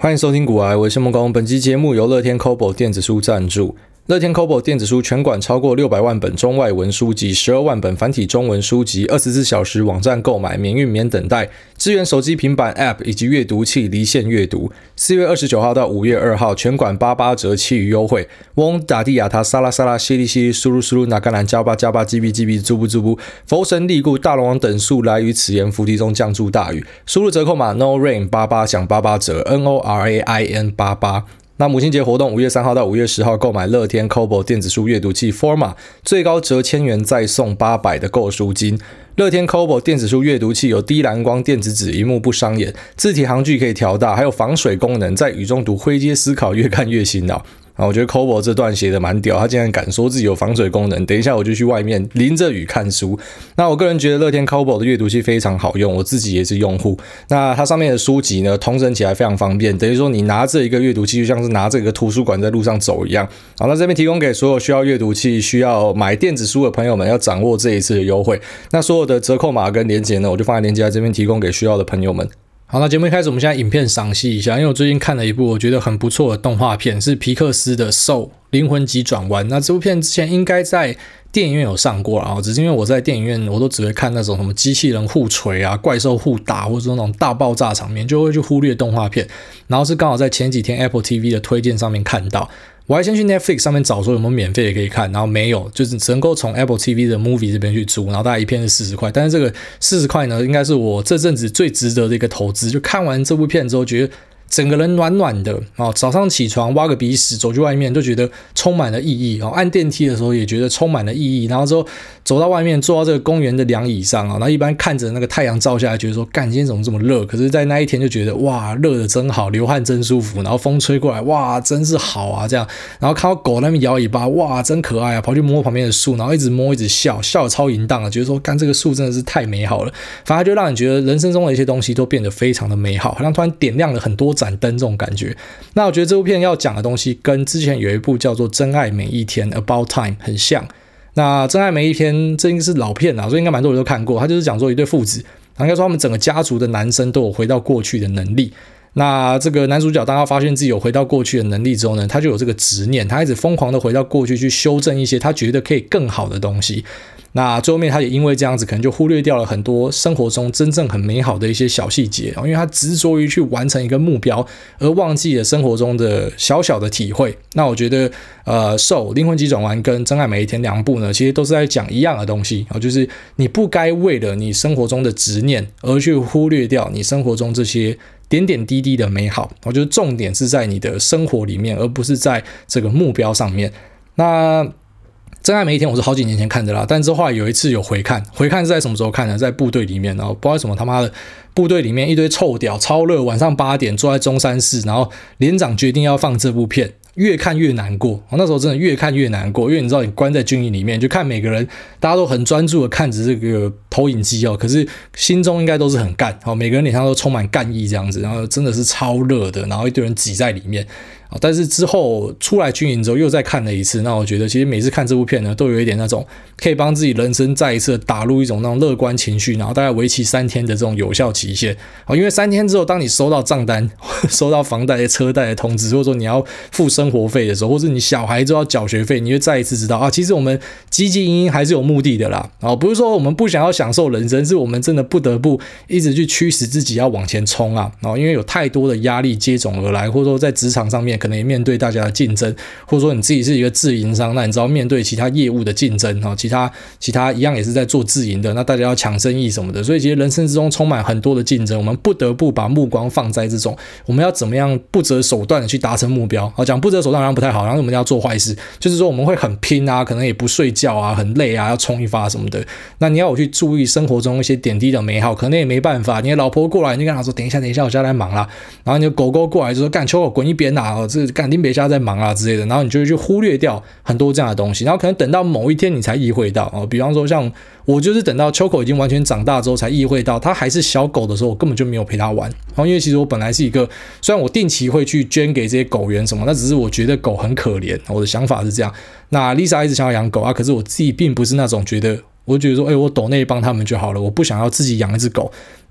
欢迎收听股癌，我是谢孟恭。本期节目由乐天 Kobo 电子书赞助。乐天 Kobo 电子书全馆超过600万本中外文书籍，12万本繁体中文书籍，24小时网站购买，免运免等待，支援手机、平板 App 以及阅读器离线阅读。4月29号到5月2号，全馆88折，其余优惠。嗡打地亚他沙拉沙拉淅沥淅沥苏噜苏噜那甘蓝加巴加巴叽哔叽哔猪不猪不，佛神利故大龙王等数来于此言，菩提中降注大雨。输入折扣码 No Rain 88享88折 NORAIN 88。那母亲节活动5月3号到5月10号购买乐天 Kobo 电子书阅读器 Forma 最高折1000元再送800的购书金。乐天 Kobo 电子书阅读器有低蓝光电子纸，萤幕不伤眼，字体行距可以调大，还有防水功能，在雨中读灰阶思考，越看越醒脑。我觉得 Kobo 这段写的蛮屌，他竟然敢说自己有防水功能。等一下我就去外面淋着雨看书。那我个人觉得乐天 Kobo 的阅读器非常好用，我自己也是用户。那它上面的书籍呢，统整起来非常方便，等于说你拿着一个阅读器，就像是拿着一个图书馆在路上走一样。好，那这边提供给所有需要阅读器、需要买电子书的朋友们，要掌握这一次的优惠。那所有的折扣码跟连结呢，我就放在连结在这边提供给需要的朋友们。好，那节目一开始，我们现在影片赏析一下，因为我最近看了一部我觉得很不错的动画片，是皮克斯的《Soul 灵魂急转弯》。那这部片之前应该在电影院有上过啦，只是因为我在电影院我都只会看那种什么机器人互锤啊、怪兽互打，或者说那种大爆炸场面，就会去忽略动画片。然后是刚好在前几天 Apple TV 的推荐上面看到。我还先去 Netflix 上面找说有没有免费的可以看，然后没有，就是只能够从 Apple TV 的 Movie 这边去租，然后大概一片是40块，但是这个40块呢，应该是我这阵子最值得的一个投资。就看完这部片之后，觉得整个人暖暖的，早上起床挖个鼻屎走去外面就觉得充满了意义，按电梯的时候也觉得充满了意义，然后之后走到外面坐到这个公园的凉椅上，然后一般看着那个太阳照下来觉得说干今天怎么这么热，可是在那一天就觉得哇热的真好，流汗真舒服，然后风吹过来哇真是好啊这样，然后看到狗那边摇尾巴哇真可爱啊，跑去摸旁边的树，然后一直摸一直笑，笑得超淫荡的，觉得说干这个树真的是太美好了，反正就让你觉得人生中的一些东西都变得非常的美好，好像突然点亮了很多盏灯这种感觉。那我觉得这部片要讲的东西跟之前有一部叫做《真爱每一天》About Time 很像。那《真爱每一天》这应该是老片啦，所以应该蛮多人都看过。他就是讲说一对父子，应该说他们整个家族的男生都有回到过去的能力。那这个男主角当他发现自己有回到过去的能力之后呢，他就有这个执念，他一直疯狂的回到过去去修正一些他觉得可以更好的东西。那最后面他也因为这样子可能就忽略掉了很多生活中真正很美好的一些小细节，因为他执着于去完成一个目标而忘记了生活中的小小的体会。那我觉得Soul 灵魂急转弯跟真爱每一天两部呢，其实都是在讲一样的东西，就是你不该为了你生活中的执念而去忽略掉你生活中这些点点滴滴的美好。我觉得重点是在你的生活里面，而不是在这个目标上面。那真爱每一天我是好几年前看的啦，但之后后来有一次有回看是在什么时候看呢？在部队里面，然后不知道为什么他妈的部队里面一堆臭屌，超热，晚上8点坐在中山室，然后连长决定要放这部片，越看越难过。那时候真的越看越难过，因为你知道你关在军营里面，就看每个人大家都很专注的看着这个投影机可是心中应该都是很干，每个人脸上都充满干意这样子，然后真的是超热的，然后一堆人挤在里面。但是之后出来军营之后又再看了一次，那我觉得其实每次看这部片呢，都有一点那种可以帮自己人生再一次打入一种那种乐观情绪，然后大概为期3天的这种有效期限。因为3天之后，当你收到账单、收到房贷、车贷的通知，或者说你要付生活费的时候，或者你小孩就要缴学费，你会再一次知道其实我们汲汲营营还是有目的的啦。不是说我们不想要享受人生，是我们真的不得不一直去驱使自己要往前冲啊。因为有太多的压力接踵而来，或者说在职场上面可能也面对大家的竞争，或者说你自己是一个自营商，那你知道面对其他业务的竞争，其他一样也是在做自营的，那大家要抢生意什么的，所以其实人生之中充满很多的竞争，我们不得不把目光放在这种我们要怎么样不择手段的去达成目标。讲不择手段好像不太好，然后我们要做坏事，就是说我们会很拼啊，可能也不睡觉啊，很累啊，要冲一发什么的。那你要我去注意生活中一些点滴的美好，可能也没办法。你的老婆过来，你就跟她说等一下我现在在忙啦，然后你的狗狗过来就说干秋狗滚一边啊，这干林北家在忙啊之类的，然后你就会去忽略掉很多这样的东西，然后可能等到某一天你才意会到比方说像我就是等到秋狗已经完全长大之后才意会到，它还是小狗的时候我根本就没有陪它玩。因为其实我本来是一个，虽然我定期会去捐给这些狗园什么，那只是我觉得狗很可怜，我的想法是这样。那 Lisa 一直想要养狗可是我自己并不是那种觉得我觉得说我抖内帮他们就好了，我不想要自己养一只狗。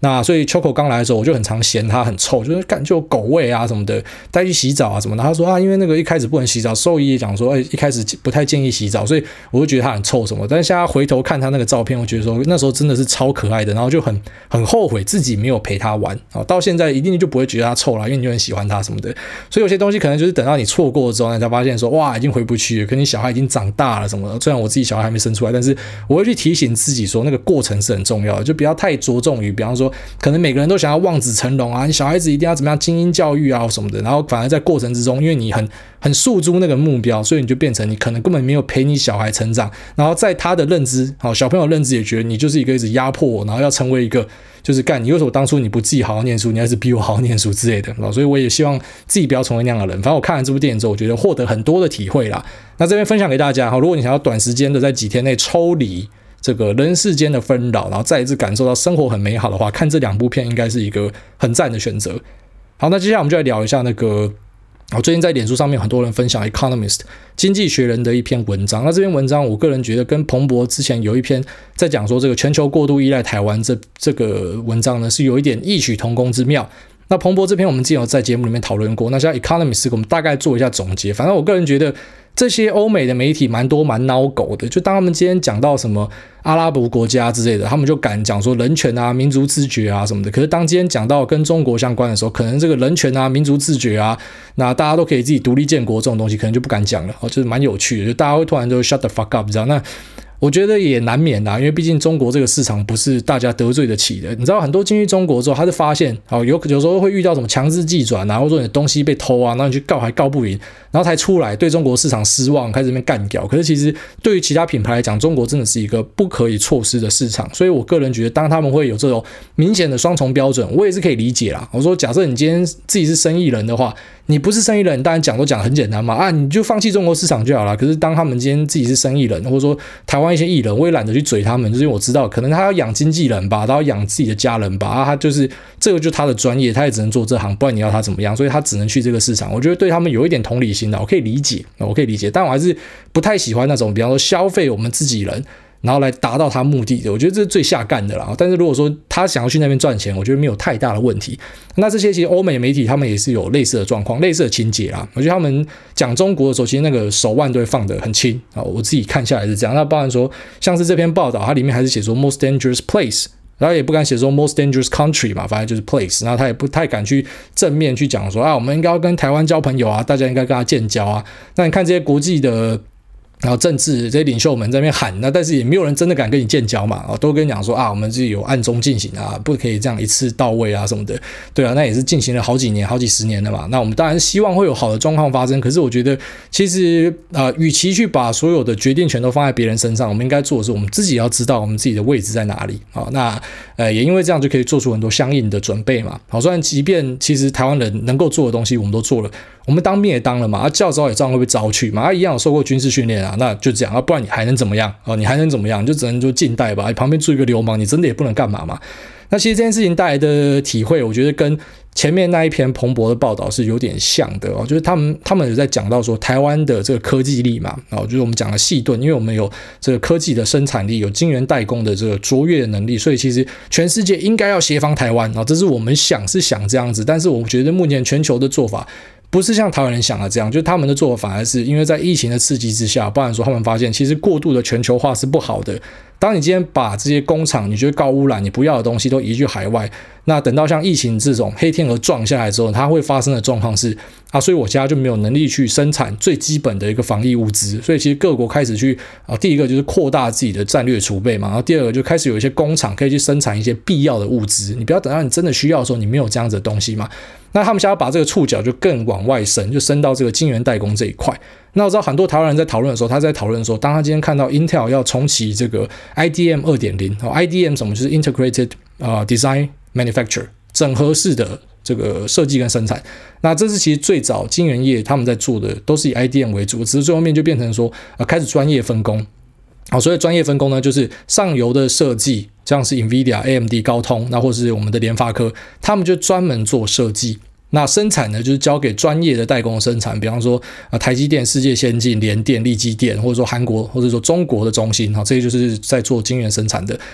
那所以 Choco 刚来的时候，我就很常嫌它很臭，就是感觉有狗味啊什么的，带去洗澡啊什么的。他说啊，因为那个一开始不能洗澡，兽医也讲说，一开始不太建议洗澡，所以我就觉得它很臭什么。但是现在回头看他那个照片，我觉得说那时候真的是超可爱的，然后就很后悔自己没有陪他玩。到现在一定就不会觉得它臭了，因为你就很喜欢它什么的。所以有些东西可能就是等到你错过之后，你才发现说哇，已经回不去了，可能你小孩已经长大了什么的。虽然我自己小孩还没生出来，但是我会去提醒自己说，那个过程是很重要的，就不要太着重于，比方说，可能每个人都想要望子成龙啊，你小孩子一定要怎么样精英教育啊什么的，然后反而在过程之中，因为你很诉诸那个目标，所以你就变成你可能根本没有陪你小孩成长，然后在他的认知，小朋友认知也觉得你就是一个一直压迫我，然后要成为一个就是干你为什么当初你不自己好好念书，你还是逼我好好念书之类的，所以我也希望自己不要成为那样的人。反正我看完这部电影之后，我觉得获得很多的体会啦。那这边分享给大家，如果你想要短时间的在几天内抽离这个人世间的纷扰，然后再一次感受到生活很美好的话，看这2部片应该是一个很赞的选择。好，那接下来我们就来聊一下那个最近在脸书上面有很多人分享 Economist 经济学人的一篇文章。那这篇文章我个人觉得跟彭博之前有一篇在讲说这个全球过度依赖台湾这个文章呢是有一点异曲同工之妙。那彭博这篇我们之前有在节目里面讨论过，那现在 Economist 我们大概做一下总结。反正我个人觉得这些欧美的媒体蛮孬狗的，就当他们今天讲到什么阿拉伯国家之类的，他们就敢讲说人权啊、民族自觉啊什么的。可是当今天讲到跟中国相关的时候，可能这个人权啊、民族自觉啊，那大家都可以自己独立建国这种东西，可能就不敢讲了，就是蛮有趣的，就大家会突然就 shut the fuck up 这样。那我觉得也难免啦，因为毕竟中国这个市场不是大家得罪得起的。你知道很多进去中国之后，他是发现有时候会遇到什么强制寄转啊，或者说你的东西被偷啊，然后你去告还告不赢，然后才出来对中国市场失望，开始那边干掉。可是其实对于其他品牌来讲，中国真的是一个不可以错失的市场。所以我个人觉得，当他们会有这种明显的双重标准，我也是可以理解啦。我说假设你今天自己是生意人的话，你不是生意人，当然讲都讲很简单嘛，你就放弃中国市场就好了。可是当他们今天自己是生意人，或者说台湾一些艺人，我也懒得去嘴他们，就是因为我知道可能他要养经纪人吧，他要养自己的家人吧，他就是这个就是他的专业，他也只能做这行，不然你要他怎么样？所以他只能去这个市场。我觉得对他们有一点同理心的，我可以理解，但我还是不太喜欢那种比方说消费我们自己人，然后来达到他目的的，我觉得这是最下干的啦。但是如果说他想要去那边赚钱，我觉得没有太大的问题。那这些其实欧美媒体他们也是有类似的状况、类似的情节啦。我觉得他们讲中国的时候，其实那个手腕都会放得很轻啊。我自己看下来是这样。那包含说，像是这篇报道，它里面还是写说 most dangerous place。然后也不敢写说 most dangerous country 嘛，反正就是 place， 然后他也不太敢去正面去讲说我们应该要跟台湾交朋友啊，大家应该跟他建交啊。那你看这些国际的然后政治这些领袖们在那边喊，那但是也没有人真的敢跟你建交嘛，都跟你讲说我们自己有暗中进行啊，不可以这样一次到位啊什么的，对啊，那也是进行了好几年、好几十年了嘛。那我们当然希望会有好的状况发生，可是我觉得其实与其去把所有的决定权都放在别人身上，我们应该做的是我们自己要知道我们自己的位置在哪里啊。那也因为这样就可以做出很多相应的准备嘛。好，虽然即便其实台湾人能够做的东西我们都做了，我们当兵也当了嘛，教召也照样会被招去嘛，一样有受过军事训练啊，那就这样，不然你还能怎么样？你还能怎么样？你就只能就静待吧，你旁边住一个流氓，你真的也不能干嘛嘛。那其实这件事情带来的体会，我觉得跟前面那一篇彭博的报道是有点像的就是他们有在讲到说台湾的这个科技力嘛，就是我们讲的细盾，因为我们有这个科技的生产力，有晶圆代工的这个卓越的能力，所以其实全世界应该要协防台湾这是我们想这样子，但是我觉得目前全球的做法不是像台湾人想的这样，就是他们的做法反而是因为在疫情的刺激之下，不然说他们发现其实过度的全球化是不好的。当你今天把这些工厂你觉得高污染你不要的东西都移去海外，那等到像疫情这种黑天鹅撞下来之后，它会发生的状况是所以我家就没有能力去生产最基本的一个防疫物资，所以其实各国开始去第一个就是扩大自己的战略储备嘛，然后第二个就开始有一些工厂可以去生产一些必要的物资，你不要等到你真的需要的时候你没有这样子的东西嘛。那他们想要把这个触角就更往外伸，就伸到这个晶圆代工这一块。那我知道很多台湾人在讨论的时候，他在讨论说，当他今天看到 Intel 要重启这个 IDM 2.0，IDM 什么就是 Integrated Design Manufacture 整合式的这个设计跟生产。那这是其实最早晶圆业他们在做的都是以 IDM 为主，只是最后面就变成说开始专业分工。所以专业分工呢，就是上游的设计，像是 NVIDIA、AMD、高通，那或是我们的联发科，他们就专门做设计。那生产呢，就是交给专业的代工生产，比方说台积电、世界先进、联电、力积电，或者说韩国或者说中国的中芯，这些就是在做晶圆生产的。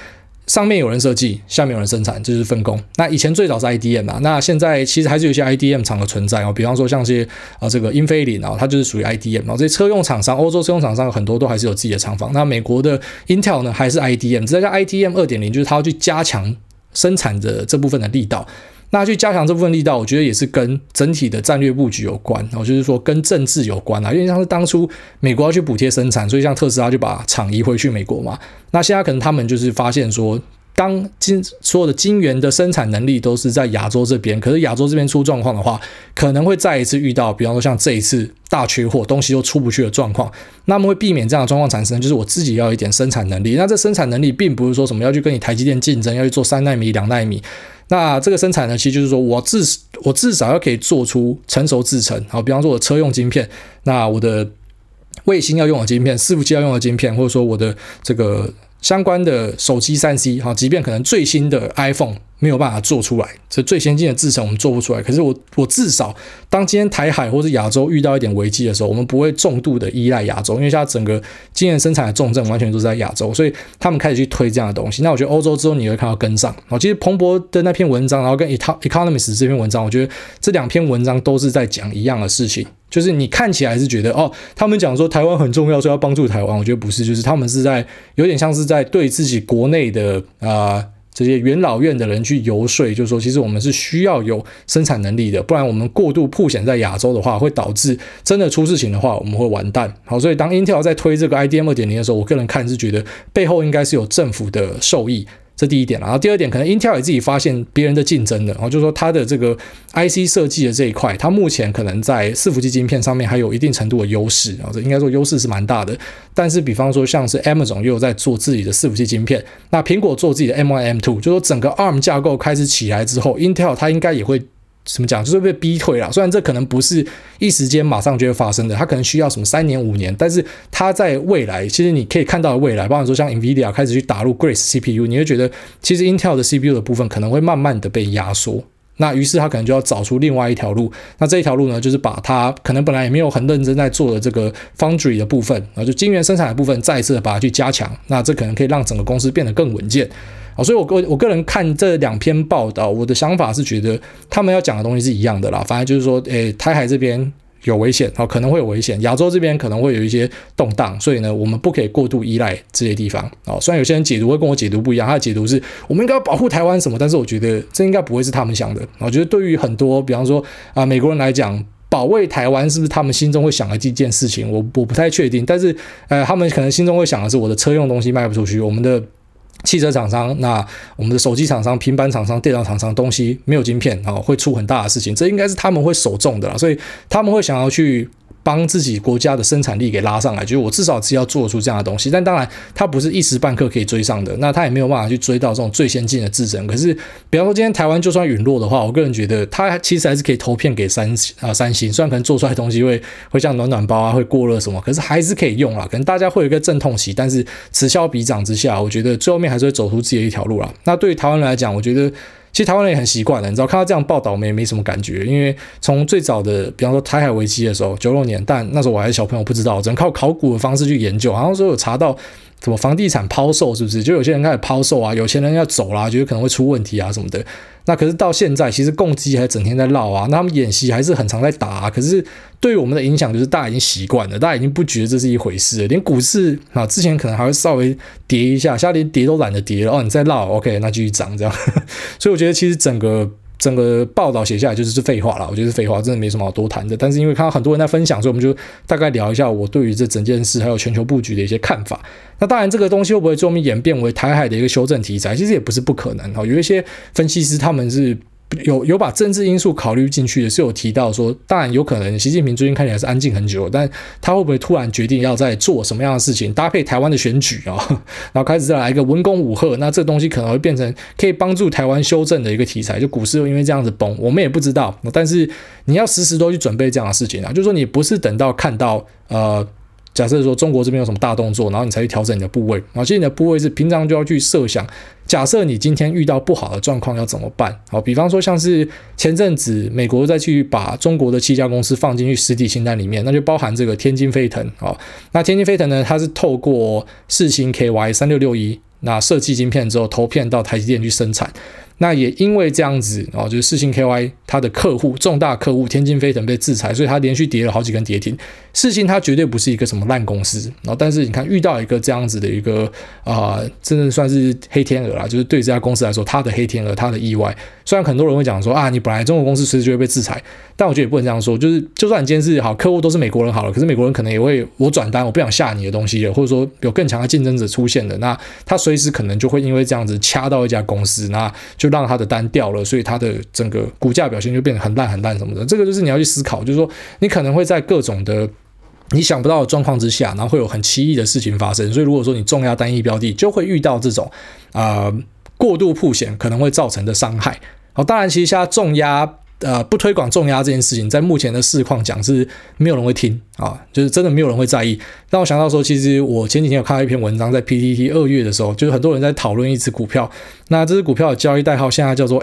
上面有人设计，下面有人生产，这就是分工。那以前最早是 IDM 啊，那现在其实还是有一些 IDM 厂的存在哦，比方说像些这个英飞凌啊，它就是属于 IDM 这些车用厂商，欧洲车用厂商很多都还是有自己的厂房。那美国的 Intel 呢还是 IDM， 这叫 IDM 2.0， 就是它要去加强生产的这部分的力道。那去加强这部分力道，我觉得也是跟整体的战略布局有关，就是说跟政治有关因为像是当初美国要去补贴生产，所以像特斯拉就把厂移回去美国嘛。那现在可能他们就是发现说，当所有的晶圆的生产能力都是在亚洲这边，可是亚洲这边出状况的话，可能会再一次遇到比方说像这一次大缺货，东西都出不去的状况。那么会避免这样的状况产生，就是我自己要有一点生产能力。那这生产能力并不是说什么要去跟你台积电竞争，要去做3奈米、2奈米。那这个生产呢，其实就是说我至少要可以做出成熟制程，好，比方说我的车用晶片，那我的卫星要用的晶片，伺服器要用的晶片，或者说我的这个相关的手机 3C， 即便可能最新的 iPhone 没有办法做出来，这最先进的制程我们做不出来，可是我至少当今天台海或是亚洲遇到一点危机的时候，我们不会重度的依赖亚洲，因为现在整个晶圆生产的重镇完全都是在亚洲，所以他们开始去推这样的东西。那我觉得欧洲之后你会看到跟上。其实彭博的那篇文章，然后跟 Economist 这篇文章，我觉得这2篇文章都是在讲一样的事情，就是你看起来是觉得他们讲说台湾很重要，所以要帮助台湾，我觉得不是，就是他们是在有点像是在对自己国内的这些元老院的人去游说，就是说其实我们是需要有生产能力的，不然我们过度曝显在亚洲的话，会导致真的出事情的话我们会完蛋。好，所以当 Intel 在推这个 IDM 2.0 的时候，我个人看是觉得背后应该是有政府的受益，这第一点。然后第二点，可能 Intel 也自己发现别人的竞争的，就是说它的这个 IC 设计的这一块，它目前可能在伺服器晶片上面还有一定程度的优势，这应该说优势是蛮大的。但是比方说像是 Amazon 又有在做自己的伺服器晶片，那苹果做自己的 M1 M2， 就说整个 ARM 架构开始起来之后， Intel 它应该也会怎么讲，就是被逼退啦。虽然这可能不是一时间马上就会发生的，它可能需要什么3年5年，但是它在未来，其实你可以看到的未来，包含说像 Nvidia 开始去打入 Grace CPU， 你会觉得其实 Intel 的 CPU 的部分可能会慢慢的被压缩。那于是他可能就要找出另外一条路，那这一条路呢，就是把他可能本来也没有很认真在做的这个 foundry 的部分，就晶圆生产的部分，再一次的把它去加强，那这可能可以让整个公司变得更稳健。所以我个人看这2篇报道，我的想法是觉得他们要讲的东西是一样的啦，反正就是说台海这边有危险，可能会有危险，亚洲这边可能会有一些动荡，所以呢我们不可以过度依赖这些地方。虽然有些人解读会跟我解读不一样，他的解读是我们应该要保护台湾什么，但是我觉得这应该不会是他们想的。我觉得对于很多比方说美国人来讲，保卫台湾是不是他们心中会想的这件事情，我不太确定，但是他们可能心中会想的是我的车用东西卖不出去，我们的汽车厂商，那我们的手机厂商、平板厂商、电脑厂商东西没有晶片会出很大的事情，这应该是他们会首重的啦，所以他们会想要去帮自己国家的生产力给拉上来，就是我至少是要做出这样的东西，但当然它不是一时半刻可以追上的，那它也没有办法去追到这种最先进的制程。可是比方说今天台湾就算陨落的话，我个人觉得它其实还是可以投片给三星，虽然可能做出来的东西会像暖暖包啊，会过热什么，可是还是可以用啦，可能大家会有一个阵痛期，但是此消彼长之下，我觉得最后面还是会走出自己的一条路啦。那对于台湾人来讲，我觉得其实台湾人也很习惯了，你知道看到这样报道我们也没什么感觉，因为从最早的比方说台海危机的时候96年，但那时候我还是小朋友不知道，只能靠考古的方式去研究，好像说有查到什么房地产抛售，是不是就有些人开始抛售啊，有钱人要走啦，觉得可能会出问题啊什么的。那可是到现在其实共机还整天在绕啊，那他们演习还是很常在打啊，可是对于我们的影响就是大家已经习惯了，大家已经不觉得这是一回事了，连股市之前可能还会稍微跌一下，现在连跌都懒得跌了，你再绕 OK 那继续涨这样所以我觉得其实整个报道写下来就是废话啦，我觉得是废话，真的没什么好多谈的。但是因为看到很多人在分享，所以我们就大概聊一下我对于这整件事还有全球布局的一些看法。那当然这个东西会不会最后面演变为台海的一个修正题材，其实也不是不可能。有一些分析师他们是有把政治因素考虑进去的，是有提到说，当然有可能习近平最近看起来是安静很久，但他会不会突然决定要在做什么样的事情，搭配台湾的选举然后开始再来一个文攻武吓，那这东西可能会变成可以帮助台湾修正的一个题材，就股市又因为这样子崩，我们也不知道，但是你要时时都去准备这样的事情就是说你不是等到看到假设说中国这边有什么大动作，然后你才去调整你的部位，然后其实你的部位是平常就要去设想，假设你今天遇到不好的状况要怎么办。好，比方说像是前阵子美国再去把中国的7家公司放进去实体清单里面，那就包含这个天津飞腾。那天津飞腾呢，它是透过世芯 KY 3661 那设计晶片之后投片到台积电去生产。那也因为这样子就是世芯 KY 它的客户重大客户天津飞腾被制裁，所以它连续跌了好几根跌停。世芯它绝对不是一个什么烂公司，但是你看遇到一个这样子的一个真的算是黑天鹅啦，就是对这家公司来说它的黑天鹅，它的意外。虽然很多人会讲说你本来中国公司随时就会被制裁，但我觉得也不能这样说，就是就算你今天是好客户都是美国人好了，可是美国人可能也会我转单我不想下你的东西了，或者说有更强的竞争者出现了，那他随时可能就会因为这样子掐到一家公司，那就让他的单掉了，所以他的整个股价表现就变得很烂很烂什么的。这个就是你要去思考，就是说你可能会在各种的你想不到的状况之下，然后会有很奇异的事情发生。所以如果说你重压单一标的，就会遇到这种过度曝险可能会造成的伤害。当然其实现在重压不推广重压这件事情，在目前的市况讲是没有人会听就是真的没有人会在意。让我想到说，其实我前几天有看到一篇文章，在 PTT 2月的时候，就是很多人在讨论一只股票，那这只股票的交易代号现在叫做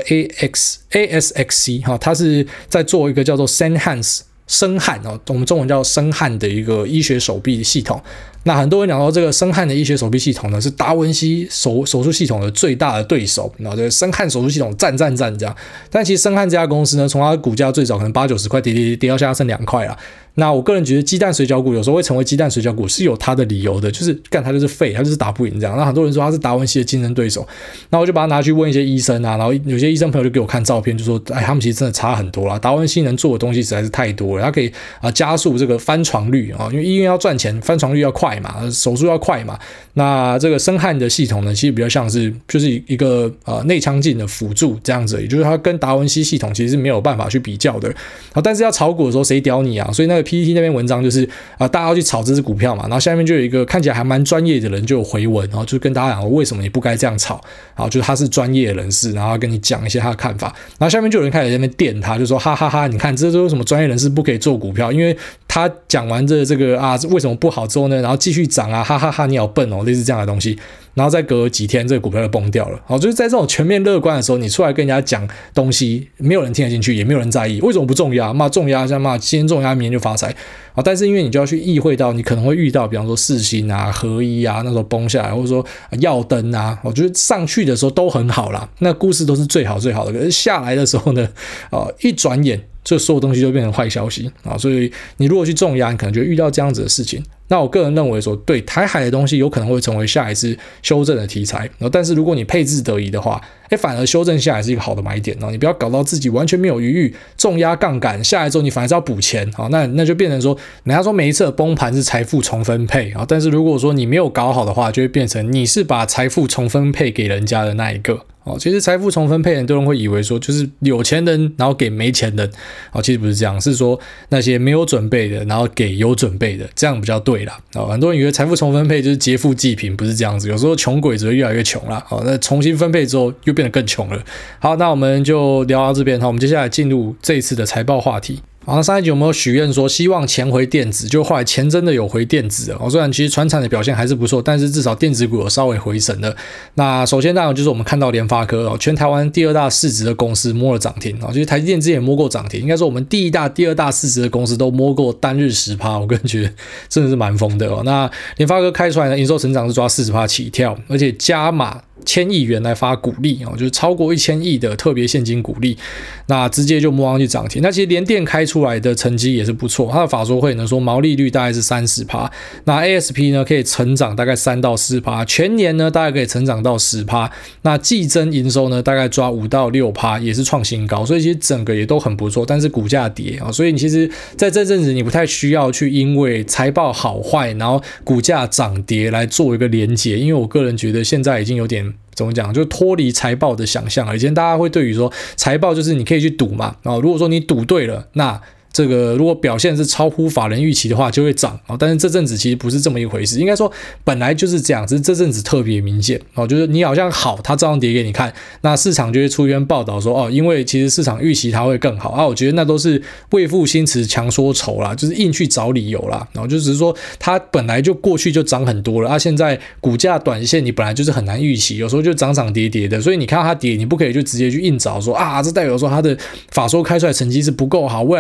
ASXC 它是在做一个叫做生汉我们中文叫生汉的一个医学手臂系统。那很多人讲说，这个生汉的医学手臂系统呢，是达文西手术系统的最大的对手。然后这个生汉手术系统赞这样，但其实生汉这家公司呢，从它的股价最早可能80-90块跌到现在剩2块了。那我个人觉得鸡蛋水饺股有时候会成为鸡蛋水饺股是有它的理由的，就是它就是废，它就是打不赢这样。那很多人说它是达文西的竞争对手，那我就把它拿去问一些医生然后有些医生朋友就给我看照片，就说他们其实真的差很多啦，达文西能做的东西实在是太多了，它可以加速这个翻床率因为医院要赚钱，翻床率要快嘛，手术要快嘛。那这个生汉的系统呢，其实比较像是就是一个内腔镜的辅助这样子，也就是它跟达文西系统其实是没有办法去比较的。但是要炒股的时候谁屌你啊？所以那个 PTT 那篇文章就是大家要去炒这只股票嘛，然后下面就有一个看起来还蛮专业的人就有回文，然后就跟大家讲为什么你不该这样炒，然后就是他是专业人士，然后跟你讲一些他的看法，然后下面就有人开始在那边电他，就说哈哈哈，你看这是为什么专业人士不可以做股票，因为他讲完这个为什么不好之后呢，然后继续涨哈哈哈，你好笨类似这样的东西。然后再隔几天这个股票就崩掉了。就是在这种全面乐观的时候，你出来跟人家讲东西，没有人听得进去，也没有人在意。为什么不重压？重压像今天重压，明天就发财。但是因为你就要去意会到你可能会遇到，比方说世芯合一那时候崩下来，或者说耀登我觉得上去的时候都很好啦，那故事都是最好的。可是下来的时候呢，一转眼这所有东西就变成坏消息所以你如果去重压，你可能就会遇到这样子的事情。那我个人认为说，对台海的东西有可能会成为下一次修正的题材，但是如果你配置得宜的话，反而修正下来是一个好的买点你不要搞到自己完全没有余裕，重压杠杆下来之后你反而是要补钱那就变成说，人家说每一次的崩盘是财富重分配但是如果说你没有搞好的话，就会变成你是把财富重分配给人家的那一个其实财富重分配很多人会以为说就是有钱人然后给没钱人其实不是这样，是说那些没有准备的然后给有准备的，这样比较对啦很多人以为财富重分配就是劫富济贫，不是这样子，有时候穷鬼只会越来越穷啦那重新分配之后又变得更穷了。好，那我们就聊到这边我们接下来进入这一次的财报话题。那上一集有没有许愿说希望钱回电子，就后来钱真的有回电子了虽然其实传产的表现还是不错，但是至少电子股有稍微回神了。那首先当然就是我们看到联发科全台湾第2大市值的公司摸了涨停其实台积电之前也摸过涨停，应该说我们第1大第2大市值的公司都摸过单日 10%， 我个人觉得真的是蛮疯的那联发科开出来的营收成长是抓 40% 起跳，而且加码1000亿元来发股利就是超过1000亿的特别现金股利，那直接就摸上去涨停。那其实联电开出来的成绩也是不错，它的法说会呢说毛利率大概是 30%， 那 ASP 呢可以成长大概3到 4%， 全年呢大概可以成长到 10%， 那季增营收呢大概抓5到 6%， 也是创新高，所以其实整个也都很不错，但是股价跌所以你其实在这阵子你不太需要去因为财报好坏然后股价涨跌来做一个连结，因为我个人觉得现在已经有点怎么讲，就脱离财报的想象了。以前大家会对于说财报就是你可以去赌嘛如果说你赌对了，那这个如果表现是超乎法人预期的话就会涨但是这阵子其实不是这么一回事，应该说本来就是这样，只是这阵子特别明显就是你好像好，它照样跌给你看，那市场就会出一篇报道说因为其实市场预期它会更好我觉得那都是为赋新词强说愁啦，就是硬去找理由啦就只是说它本来就过去就涨很多了现在股价短线你本来就是很难预期，有时候就涨涨跌跌的，所以你看到它跌，你不可以就直接去硬找说这代表说它的法说开出来成绩是不够好，未来的guidance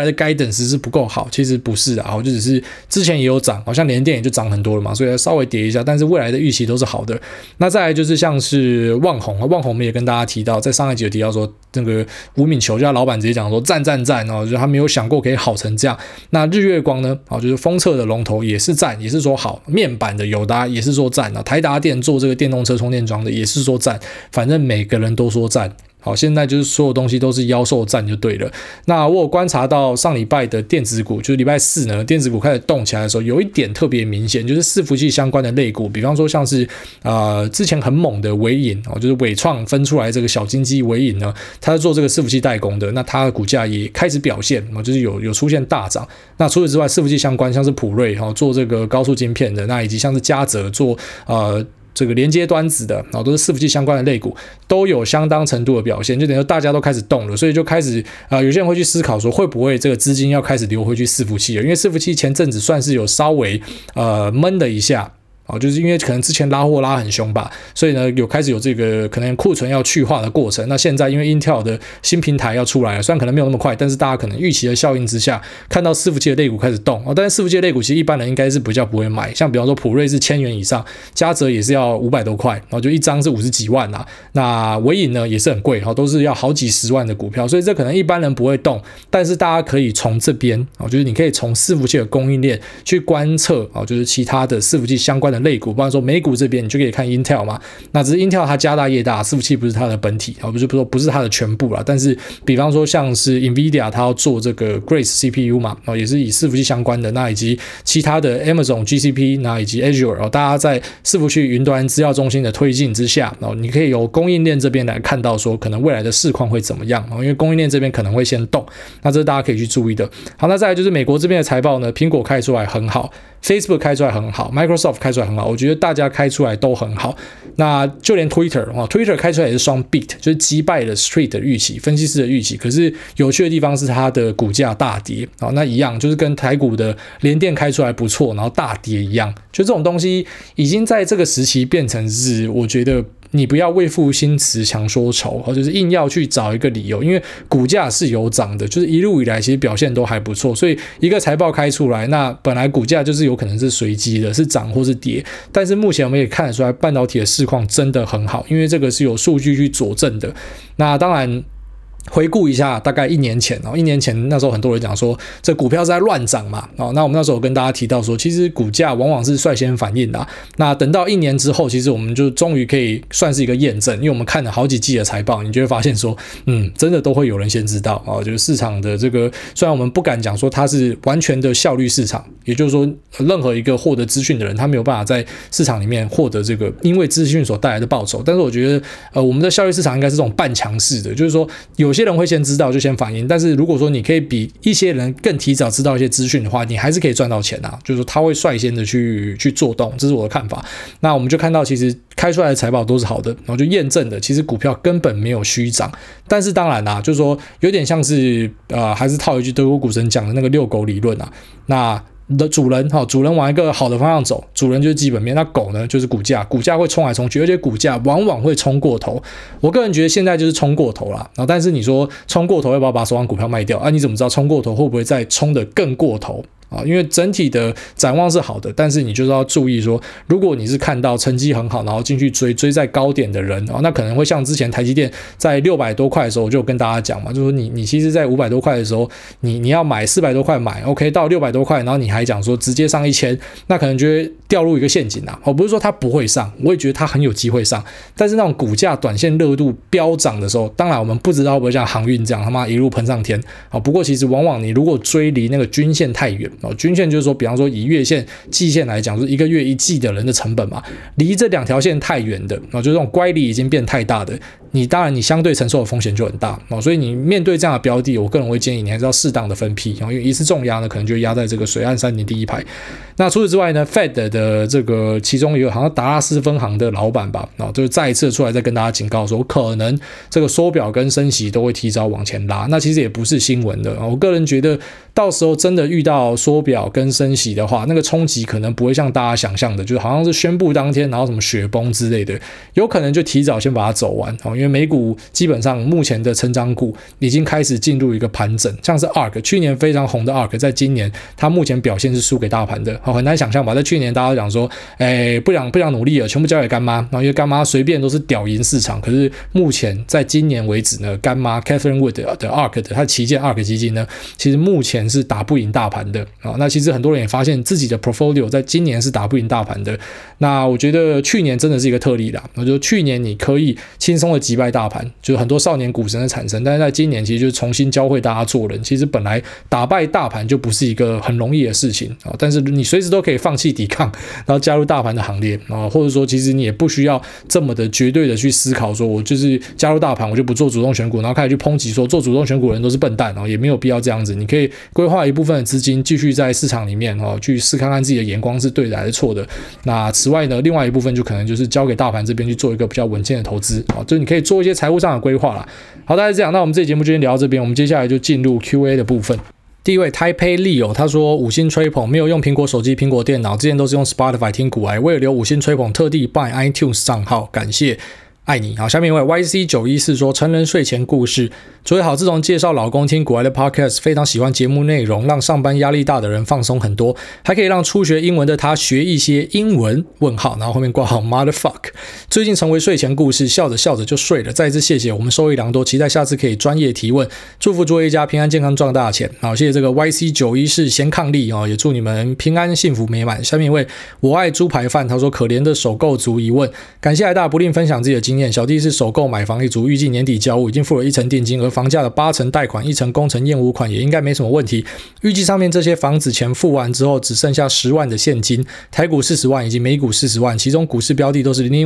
显实是不够好，其实不是啊，就只是之前也有涨，好像联电也就涨很多了嘛，所以稍微跌一下，但是未来的预期都是好的。那再来就是像是旺宏我们也跟大家提到，在上一集有提到说那个吴敏球，就他老板直接讲说赞就是他没有想过可以好成这样。那日月光呢，就是封测的龙头也是赞，也是说好，面板的友达也是说赞，台达电做这个电动车充电桩的也是说赞，反正每个人都说赞。好，现在就是所有东西都是妖兽战就对了。那我有观察到上礼拜的电子股，就是礼拜四呢，电子股开始动起来的时候，有一点特别明显，就是伺服器相关的类股，比方说像是之前很猛的微影就是伟创分出来这个小金鸡微影呢，它是做这个伺服器代工的，那它的股价也开始表现就是有出现大涨。那除此之外，伺服器相关像是普瑞做这个高速晶片的，那以及像是嘉泽做这个连接端子的，都是伺服器相关的类股，都有相当程度的表现，就等于说大家都开始动了，所以就开始有些人会去思考说，会不会这个资金要开始流回去伺服器了？因为伺服器前阵子算是有稍微闷了一下。就是因为可能之前拉货拉很凶吧，所以呢开始有这个可能库存要去化的过程。那现在因为 Intel 的新平台要出来了，虽然可能没有那么快，但是大家可能预期的效应之下，看到伺服器的类股开始动但是伺服器的类股其实一般人应该是比较不会买，像比方说普瑞是1000元以上，嘉泽也是要500多块，就一张是50几万啊。那微影呢也是很贵都是要好几十万的股票，所以这可能一般人不会动，但是大家可以从这边就是你可以从伺服器的供应链去观测就是其他的伺服器相关的类股，不然说美股这边你就可以看 Intel 嘛，那只是 Intel 它家大业大，伺服器不是它的本体不是它的全部啦，但是比方说像是 Nvidia 它要做这个 Grace CPU 嘛也是以伺服器相关的，那以及其他的 Amazon GCP 那以及 Azure 大家在伺服器云端资料中心的推进之下你可以由供应链这边来看到说可能未来的市况会怎么样因为供应链这边可能会先动，那这是大家可以去注意的。好，那再来就是美国这边的财报呢，苹果开出来很好， Facebook 开出来很好， Microsoft 开出来很好，我觉得大家开出来都很好。那就连 Twitter 开出来也是双 beat， 就是击败了 Street 的预期，分析师的预期。可是有趣的地方是它的股价大跌那一样就是跟台股的联电开出来不错然后大跌一样，就这种东西已经在这个时期变成是我觉得你不要为赋新词强说愁，就是硬要去找一个理由，因为股价是有涨的，就是一路以来其实表现都还不错，所以一个财报开出来，那本来股价就是有可能是随机的，是涨或是跌，但是目前我们也看得出来半导体的市况真的很好，因为这个是有数据去佐证的。那当然回顾一下大概1年前那时候很多人讲说这股票是在乱涨嘛那我们那时候跟大家提到说其实股价往往是率先反应的那等到1年之后其实我们就终于可以算是一个验证，因为我们看了好几季的财报，你就会发现说真的都会有人先知道就是市场的这个，虽然我们不敢讲说它是完全的效率市场，也就是说任何一个获得资讯的人他没有办法在市场里面获得这个因为资讯所带来的报酬，但是我觉得我们的效率市场应该是这种半强势的，就是说有些人会先知道就先反应，但是如果说你可以比一些人更提早知道一些资讯的话，你还是可以赚到钱就是说他会率先的去做动，这是我的看法。那我们就看到其实开出来的财报都是好的，然后就验证的其实股票根本没有虚涨，但是当然就是说有点像是还是套一句德国股神讲的那个遛狗理论那的主人往一个好的方向走，主人就是基本面，那狗呢就是股价会冲来冲去，而且股价往往会冲过头。我个人觉得现在就是冲过头啦，但是你说冲过头要不要把手上股票卖掉你怎么知道冲过头会不会再冲得更过头？因为整体的展望是好的，但是你就是要注意说，如果你是看到成绩很好然后进去追在高点的人那可能会像之前台积电在600多块的时候，我就跟大家讲嘛，就是说你其实在500多块的时候你要买400多块买 OK， 到600多块然后你还讲说直接上1000，那可能就会掉入一个陷阱不是说它不会上，我也觉得它很有机会上，但是那种股价短线热度飙涨的时候，当然我们不知道会不会像航运这样他妈一路喷上天不过其实往往你如果追离那个均线太远均线就是说比方说以月线季线来讲，就是一个月一季的人的成本嘛，离这两条线太远的就这种乖离已经变太大的，当然你相对承受的风险就很大所以你面对这样的标的，我个人会建议你还是要适当的分批因为一次重压呢可能就压在这个水岸山顶第一排。那除此之外呢 Fed 的这个其中一个好像达拉斯分行的老板吧就是再一次出来再跟大家警告说可能这个缩表跟升息都会提早往前拉，那其实也不是新闻的我个人觉得到时候真的遇到缩表跟升息的话，那个冲击可能不会像大家想象的，就是好像是宣布当天然后什么雪崩之类的，有可能就提早先把它走完，因为美股基本上目前的成长股已经开始进入一个盘整，像是 ARK 去年非常红的 ARK， 在今年它目前表现是输给大盘的，很难想象吧？在去年大家讲说，不想努力了，全部交给干妈，然后因为干妈随便都是屌赢市场，可是目前在今年为止呢，干妈 Catherine Wood 的 ARK 的它旗舰 ARK 基金呢，其实目前是打不赢大盘的啊。那其实很多人也发现自己的 portfolio 在今年是打不赢大盘的。那我觉得去年真的是一个特例啦。我觉得去年你可以轻松的击败大盘，就是很多少年股神的产生，但是在今年其实就是重新教会大家做人。其实本来打败大盘就不是一个很容易的事情啊，但是你随时都可以放弃抵抗，然后加入大盘的行列啊，或者说其实你也不需要这么的绝对的去思考，说我就是加入大盘，我就不做主动选股，然后开始去抨击说做主动选股的人都是笨蛋，然后也没有必要这样子。你可以规划一部分的资金继续在市场里面去试看看自己的眼光是对的还是错的。那此外呢，另外一部分就可能就是交给大盘这边去做一个比较稳健的投资，就你可以做一些财务上的规划啦。好，大概是这样。那我们这期节目就先聊到这边，我们接下来就进入 Q&A 的部分。第一位 Taipei Leo 他说五星吹捧，没有用苹果手机苹果电脑，之前都是用 Spotify 听股癌，为了留五星吹捧特地办 iTunes 账号，感谢爱你。好，下面一位 YC914 说成人睡前故事，诸位好，自从介绍老公听股癌的 podcast， 非常喜欢节目内容，让上班压力大的人放松很多，还可以让初学英文的他学一些英文问号，然后后面挂号 motherfuck。最近成为睡前故事，笑着笑着就睡了，再一次谢谢，我们受益良多，期待下次可以专业提问，祝福诸位一家平安健康赚大钱。好，谢谢这个 YC914 先抗力也祝你们平安幸福美满。下面一位我爱猪排饭，他说可怜的首购族疑问，感谢来大不吝分享自己的经验。小弟是首购买房一族，预计年底交屋，已经付了1成定金，而房价的8成贷款，1成工程验屋款也应该没什么问题。预计上面这些房子钱付完之后，只剩下10万的现金，台股40万以及美股40万，其中股市标的都是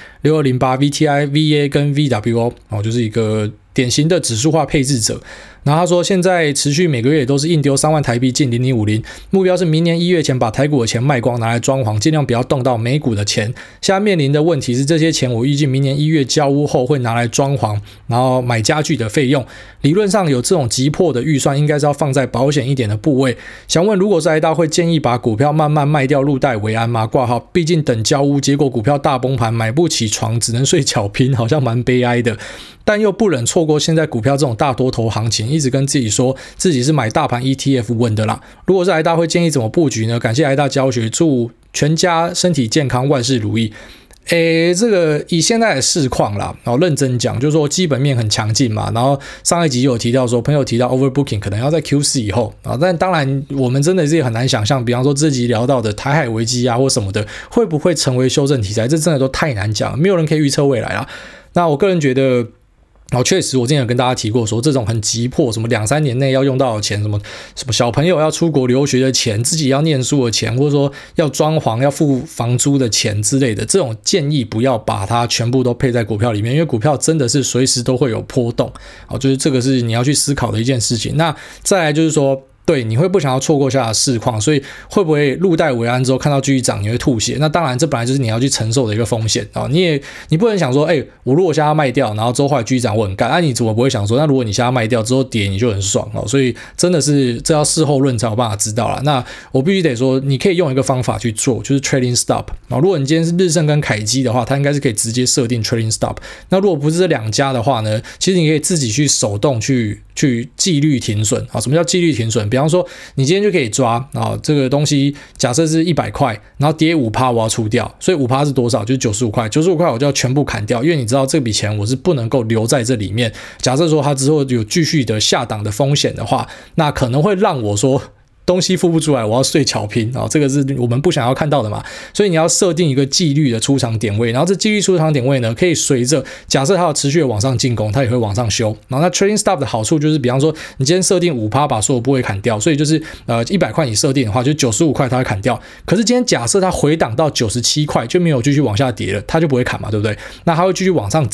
0050、6208、VTI、VA 跟 VWO，就是一个典型的指数化配置者。然后他说现在持续每个月也都是硬丢3万台币进0050，目标是明年1月前把台股的钱卖光，拿来装潢，尽量不要动到美股的钱。现在面临的问题是这些钱我预计明年1月交屋后会拿来装潢，然后买家具的费用，理论上有这种急迫的预算应该是要放在保险一点的部位。想问如果是来大会建议把股票慢慢卖掉入袋为安吗？挂号，毕竟等交屋结果股票大崩盘，买不起床只能睡巧拼，好像蛮悲哀的，但又不忍错过现在股票这种大多头行情，一直跟自己说自己是买大盘 ETF 稳的啦。如果是来大会建议怎么布局呢？感谢来大教学，祝全家身体健康，万事如意。这个以现在的市况啦，然后认真讲，就是说基本面很强劲嘛。然后上一集有提到说，朋友提到 overbooking 可能要在 Q4 以后啊，但当然我们真的是很难想象，比方说这集聊到的台海危机啊或什么的，会不会成为修正题材？这真的都太难讲，没有人可以预测未来啦。那我个人觉得。确实我之前有跟大家提过说这种很急迫什么2-3年内要用到的钱，什么小朋友要出国留学的钱，自己要念书的钱，或者说要装潢要付房租的钱之类的，这种建议不要把它全部都配在股票里面，因为股票真的是随时都会有波动，就是这个是你要去思考的一件事情。那再来就是说对，你会不想要错过下的市况，所以会不会入袋为安之后看到继续涨你会吐血？那当然这本来就是你要去承受的一个风险啊！你不能想说，我如果现在卖掉，然后之后后来继续涨我很干，你怎么不会想说，那如果你现在卖掉之后跌你就很爽哦？所以真的是这要事后论才有办法知道啦。那我必须得说，你可以用一个方法去做，就是 trading stop。如果你今天是日盛跟凯基的话，它应该是可以直接设定 trading stop。那如果不是这2家的话呢，其实你可以自己去手动去纪律停损啊。什么叫纪律停损？比方说你今天就可以抓这个东西，假设是100块，然后跌 5% 我要出掉，所以 5% 是多少？就是95块，95块我就要全部砍掉，因为你知道这笔钱我是不能够留在这里面。假设说它之后有继续的下档的风险的话，那可能会让我说东西付不出来，我要睡巧拼这个是我们不想要看到的嘛。所以你要设定一个纪律的出场点位，然后这纪律出场点位呢，可以随着假设它要持续的往上进攻，它也会往上修。然后那 trading stop 的好处就是，比方说你今天设定 5% 把所有部位砍掉，所以就是100块你设定的话，就95块它会砍掉。可是今天假设它回档到97块，就没有继续往下跌了，它就不会砍嘛，对不对？那它会继续往上涨。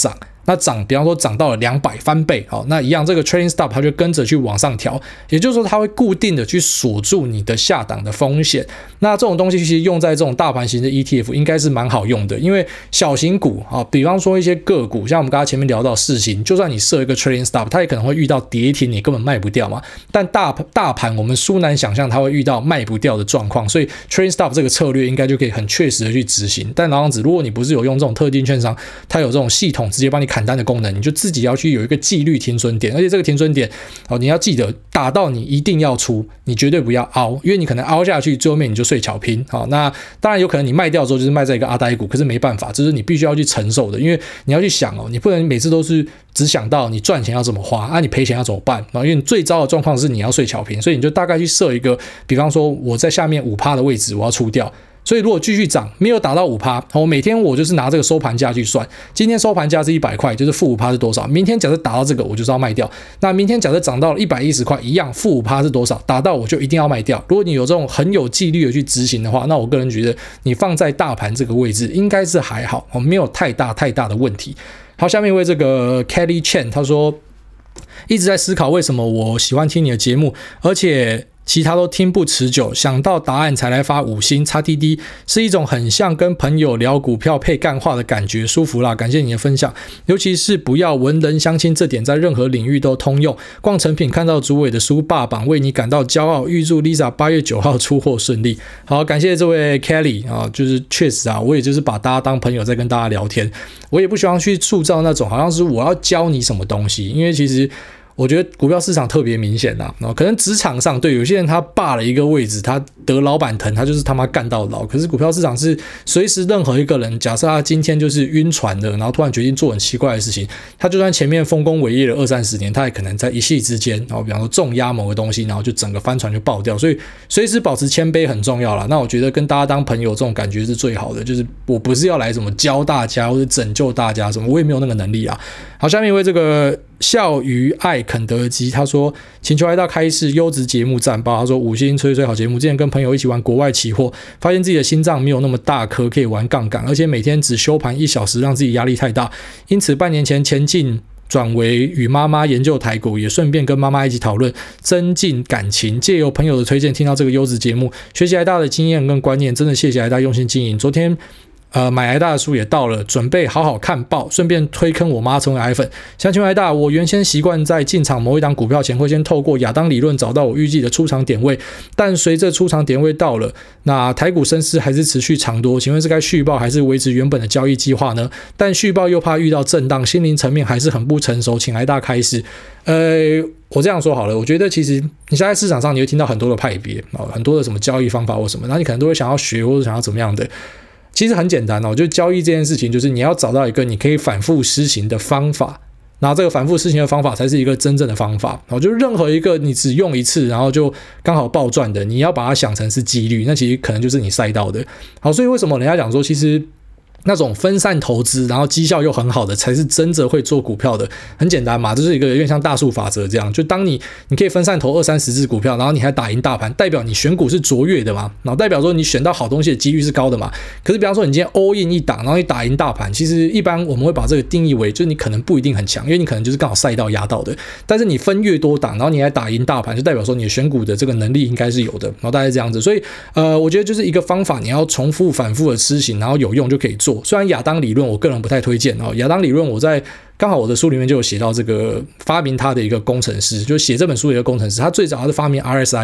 那比方说涨到了200翻倍，好，那一样这个 trailing stop 它就跟着去往上调，也就是说它会固定的去锁住你的下档的风险。那这种东西其实用在这种大盘型的 ETF 应该是蛮好用的，因为小型股比方说一些个股，像我们刚才前面聊到世芯，就算你设一个 trailing stop， 它也可能会遇到跌停，你根本卖不掉嘛。但大盘我们殊难想象它会遇到卖不掉的状况，所以 trailing stop 这个策略应该就可以很确实的去执行。但老样子，如果你不是有用这种特定券商，它有这种系统直接帮你砍单的功能，你就自己要去有一个纪律停损点，而且这个停损点你要记得打到你一定要出，你绝对不要凹，因为你可能凹下去，最后面你就睡巧拼。那当然有可能你卖掉之后就是卖在一个阿呆股，可是没办法，这是你必须要去承受的，因为你要去想你不能每次都是只想到你赚钱要怎么花你赔钱要怎么办因为你最糟的状况是你要睡巧拼，所以你就大概去设一个，比方说我在下面 5% 的位置我要出掉。所以如果继续涨没有达到 5%， 我每天我就是拿这个收盘价去算，今天收盘价是100块，就是负 5% 是多少，明天假设打到这个我就是要卖掉，那明天假设涨到了110块，一样负 5% 是多少，打到我就一定要卖掉。如果你有这种很有纪律的去执行的话，那我个人觉得你放在大盘这个位置应该是还好，没有太大的问题。好，下面一位这个 Kelly Chen 他说一直在思考为什么我喜欢听你的节目，而且其他都听不持久，想到答案才来发5星XTD，是一种很像跟朋友聊股票配干话的感觉，舒服啦，感谢你的分享，尤其是不要文人相亲这点在任何领域都通用。逛成品看到主委的书霸榜，为你感到骄傲，预祝 Lisa 8月9号出货顺利。好，感谢这位 Kelly 就是确实我也就是把大家当朋友在跟大家聊天，我也不希望去塑造那种好像是我要教你什么东西，因为其实我觉得股票市场特别明显可能职场上对有些人他霸了一个位置，他得老板疼，他就是他妈干到老。可是股票市场是随时任何一个人，假设他今天就是晕船的，然后突然决定做很奇怪的事情，他就算前面丰功伟业了20-30年，他也可能在一夕之间，比方说重压某个东西，然后就整个翻船就爆掉。所以随时保持谦卑很重要啦。那我觉得跟大家当朋友这种感觉是最好的，就是我不是要来什么教大家或者拯救大家什么，我也没有那个能力啦。好，下面一位这个笑鱼爱肯德基，他说请求来到开市优质节目赞爆，他说5星吹好节目，之前跟朋友一起玩国外期货，发现自己的心脏没有那么大颗可以玩杠杆，而且每天只休盘1小时，让自己压力太大，因此半年前前进转为与妈妈研究台股，也顺便跟妈妈一起讨论增进感情，借由朋友的推荐听到这个优质节目，学习来大的经验跟观念，真的谢谢来大用心经营。昨天买来大的书也到了，准备好好看报，顺便推坑我妈成为 iPhone。想请问来大，我原先习惯在进场某一档股票前，会先透过亚当理论找到我预计的出场点位，但随着出场点位到了，那台股升势还是持续长多，请问是该续报还是维持原本的交易计划呢？但续报又怕遇到震荡，心灵层面还是很不成熟，请来大开示。我这样说好了，我觉得其实你现在市场上你会听到很多的派别，很多的什么交易方法或什么，那你可能都会想要学或者想要怎么样的。其实很简单就交易这件事情，就是你要找到一个你可以反复施行的方法，然后这个反复施行的方法才是一个真正的方法。就是任何一个你只用一次然后就刚好爆赚的，你要把它想成是几率，那其实可能就是你赛到的。好，所以为什么人家讲说其实那种分散投资然后绩效又很好的才是真的会做股票的？很简单嘛，这是一个有点像大数法则这样，就当你可以分散投20-30只股票，然后你还打赢大盘，代表你选股是卓越的嘛，然后代表说你选到好东西的几率是高的嘛。可是比方说你今天 all in 一档，然后你打赢大盘，其实一般我们会把这个定义为就是你可能不一定很强，因为你可能就是刚好赛道压到的，但是你分越多档，然后你还打赢大盘，就代表说你的选股的这个能力应该是有的，然后大概是这样子。所以我觉得就是一个方法，你要重复反复的施行，然后有用就可以做。虽然亚当理论我个人不太推荐亚当理论我在刚好我的书里面就有写到这个发明他的一个工程师，就写这本书的一个工程师，他最早是发明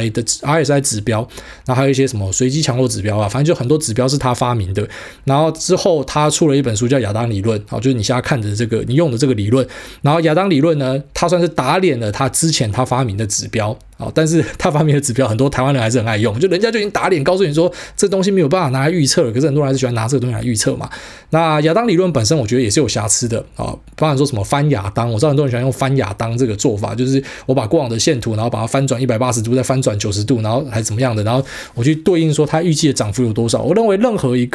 RSI 指标，然后还有一些什么随机强弱指标反正就很多指标是他发明的。然后之后他出了一本书叫亚当理论，就是你现在看的这个你用的这个理论。然后亚当理论呢，他算是打脸了他之前他发明的指标，但是他发明的指标很多台湾人还是很爱用，就人家就已经打脸告诉你说这东西没有办法拿来预测了，可是很多人还是喜欢拿这个东西来预测嘛。那亚当理论本身我觉得也是有瑕疵的包含说什么翻亚当，我知道很多人喜欢用翻亚当这个做法，就是我把过往的线图然后把它翻转180度再翻转90度，然后还怎么样的，然后我去对应说它预计的涨幅有多少。我认为任何一个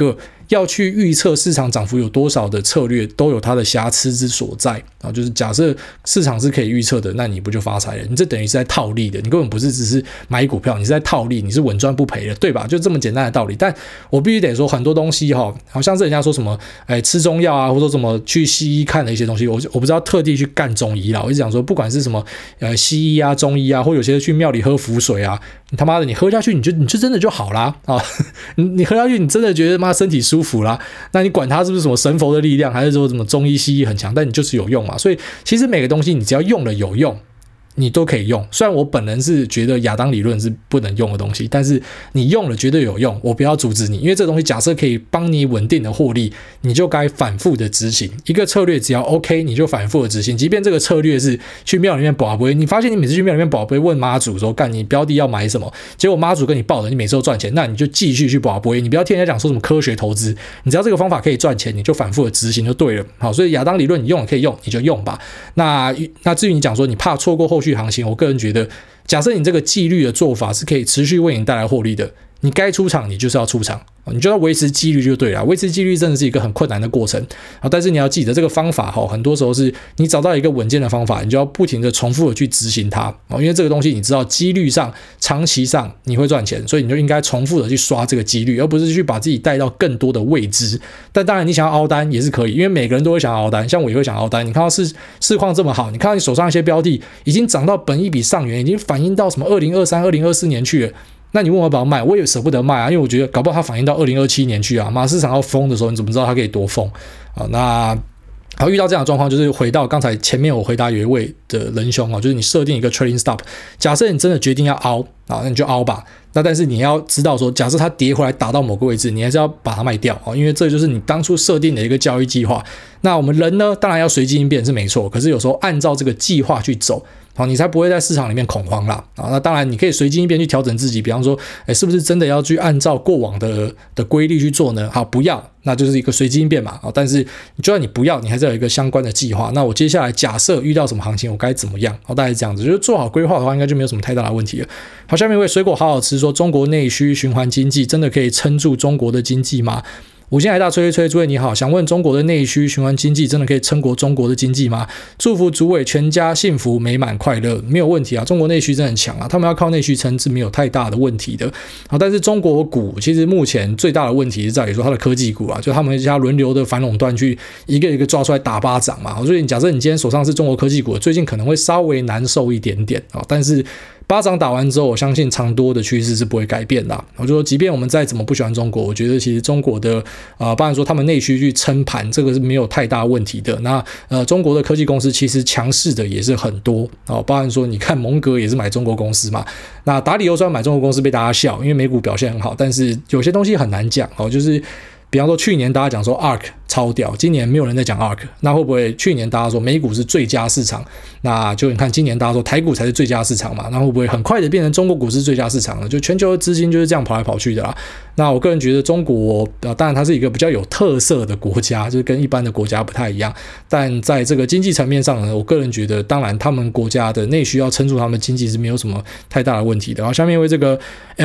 要去预测市场涨幅有多少的策略都有它的瑕疵之所在啊。就是假设市场是可以预测的，那你不就发财了？你这等于是在套利的，你根本不是只是买股票，你是在套利，你是稳赚不赔的，对吧？就这么简单的道理。但我必须得说，很多东西好像是人家说什么吃中药啊，或者说什么去西医看的一些东西，我不知道特地去干中医啦。我一直讲说，不管是什么西医啊、中医啊，或有些去庙里喝符水啊，你他妈的你喝下去你就真的就好啦啊！你喝下去你真的觉得妈身体舒服啦，那你管它是不是什么神佛的力量，还是说什么中医西医很强，但你就是有用嘛。所以其实每个东西你只要用了有用，你都可以用。虽然我本人是觉得亚当理论是不能用的东西，但是你用了绝对有用，我不要阻止你，因为这东西假设可以帮你稳定的获利，你就该反复的执行一个策略，只要 OK 你就反复的执行，即便这个策略是去庙里面拔杯，你发现你每次去庙里面拔杯问妈祖说干你标的要买什么，结果妈祖跟你报的你每次都赚钱，那你就继续去拔杯，你不要听人家讲说什么科学投资，你只要这个方法可以赚钱，你就反复的执行就对了。好，所以亚当理论你用了可以用，你就用吧。那至于你讲说你怕错过后续行情，我个人觉得，假设你这个纪律的做法是可以持续为你带来获利的，你该出场你就是要出场，你就要维持纪律就对了。维持纪律真的是一个很困难的过程，但是你要记得这个方法很多时候是你找到一个稳健的方法，你就要不停的重复的去执行它，因为这个东西你知道几率上长期上你会赚钱，所以你就应该重复的去刷这个几率，而不是去把自己带到更多的未知。但当然你想要凹单也是可以，因为每个人都会想要凹单，像我也会想要凹单。你看到市况这么好，你看到你手上一些标的已经涨到本益比上缘，已经反映到什么2023、2024年去了，那你问我要不要卖，我也舍不得卖啊，因为我觉得搞不好它反映到2027年去啊，市场要疯的时候，你怎么知道它可以多疯啊？那好，遇到这样的状况，就是回到刚才前面我回答有一位的仁兄就是你设定一个 trading stop， 假设你真的决定要凹那你就凹吧。那但是你要知道说，假设它跌回来打到某个位置，你还是要把它卖掉因为这就是你当初设定的一个交易计划。那我们人呢，当然要随机应变是没错，可是有时候按照这个计划去走，你才不会在市场里面恐慌啦。那当然你可以随机应变去调整自己，比方说是不是真的要去按照过往的规律去做呢？好，不要，那就是一个随机应变嘛。但是就算你不要，你还是要有一个相关的计划。那我接下来假设遇到什么行情我该怎么样，大概是这样子，就是做好规划的话应该就没有什么太大的问题了。好，下面一位水果好好吃说，中国内需循环经济真的可以撑住中国的经济吗？五星海大吹吹，诸位你好，想问中国的内需循环经济真的可以撑过中国的经济吗？祝福主委全家幸福美满快乐，没有问题啊，中国内需真的很强啊，他们要靠内需撑是没有太大的问题的。但是中国股其实目前最大的问题是在于说它的科技股就他们家轮流的反垄断去一个一个抓出来打巴掌嘛，所以假设你今天手上是中国科技股，最近可能会稍微难受一点点但是巴掌打完之后，我相信长多的趋势是不会改变的。我就说，即便我们再怎么不喜欢中国，我觉得其实中国的包含说他们内需去撑盘，这个是没有太大问题的。那中国的科技公司其实强势的也是很多包含说你看蒙格也是买中国公司嘛。那达里欧虽然买中国公司被大家笑，因为美股表现很好，但是有些东西很难讲就是比方说去年大家讲说 ARK 超屌，今年没有人在讲 ARK， 那会不会去年大家说美股是最佳市场，那就你看今年大家说台股才是最佳市场嘛，那会不会很快的变成中国股市最佳市场呢？就全球的资金就是这样跑来跑去的啦。那我个人觉得中国当然它是一个比较有特色的国家，就是跟一般的国家不太一样，但在这个经济层面上呢，我个人觉得当然他们国家的内需要撑住他们经济是没有什么太大的问题的。然后下面为这个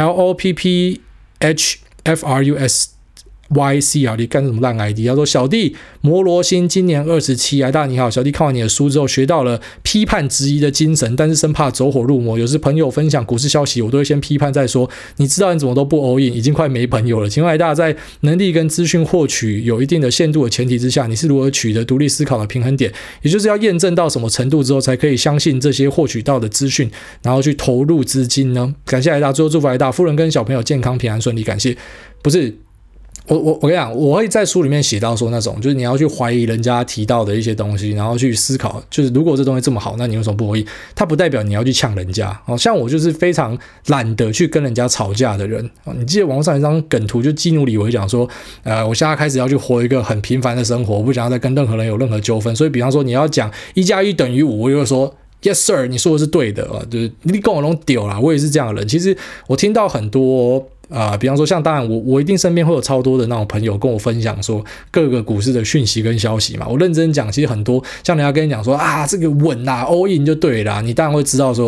LOPPHFRUS YC 你干什么烂 ID？ 他说小弟摩罗星今年27，大你好，小弟看完你的书之后学到了批判质疑的精神，但是生怕走火入魔，有时朋友分享股市消息，我都会先批判再说。你知道你怎么都不 all in， 已经快没朋友了。请问大家在能力跟资讯获取有一定的限度的前提之下，你是如何取得独立思考的平衡点？也就是要验证到什么程度之后，才可以相信这些获取到的资讯，然后去投入资金呢？感谢大，最后祝福大夫人跟小朋友健康平安顺利，感谢。不是。我跟你讲，我会在书里面写到说那种，就是你要去怀疑人家提到的一些东西，然后去思考，就是如果这东西这么好，那你为什么不同意？它不代表你要去呛人家像我就是非常懒得去跟人家吵架的人你记得网络上一张梗图，就基努里维讲说我现在开始要去活一个很平凡的生活，我不想要再跟任何人有任何纠纷，所以比方说你要讲1+1等于5，我就会说Yes sir， 你说的是对的就是你跟我弄丢啦，我也是这样的人。其实我听到很多比方说像当然我一定身边会有超多的那种朋友跟我分享说各个股市的讯息跟消息嘛。我认真讲，其实很多像人家跟你讲说这个稳啦 all in 就对啦，你当然会知道说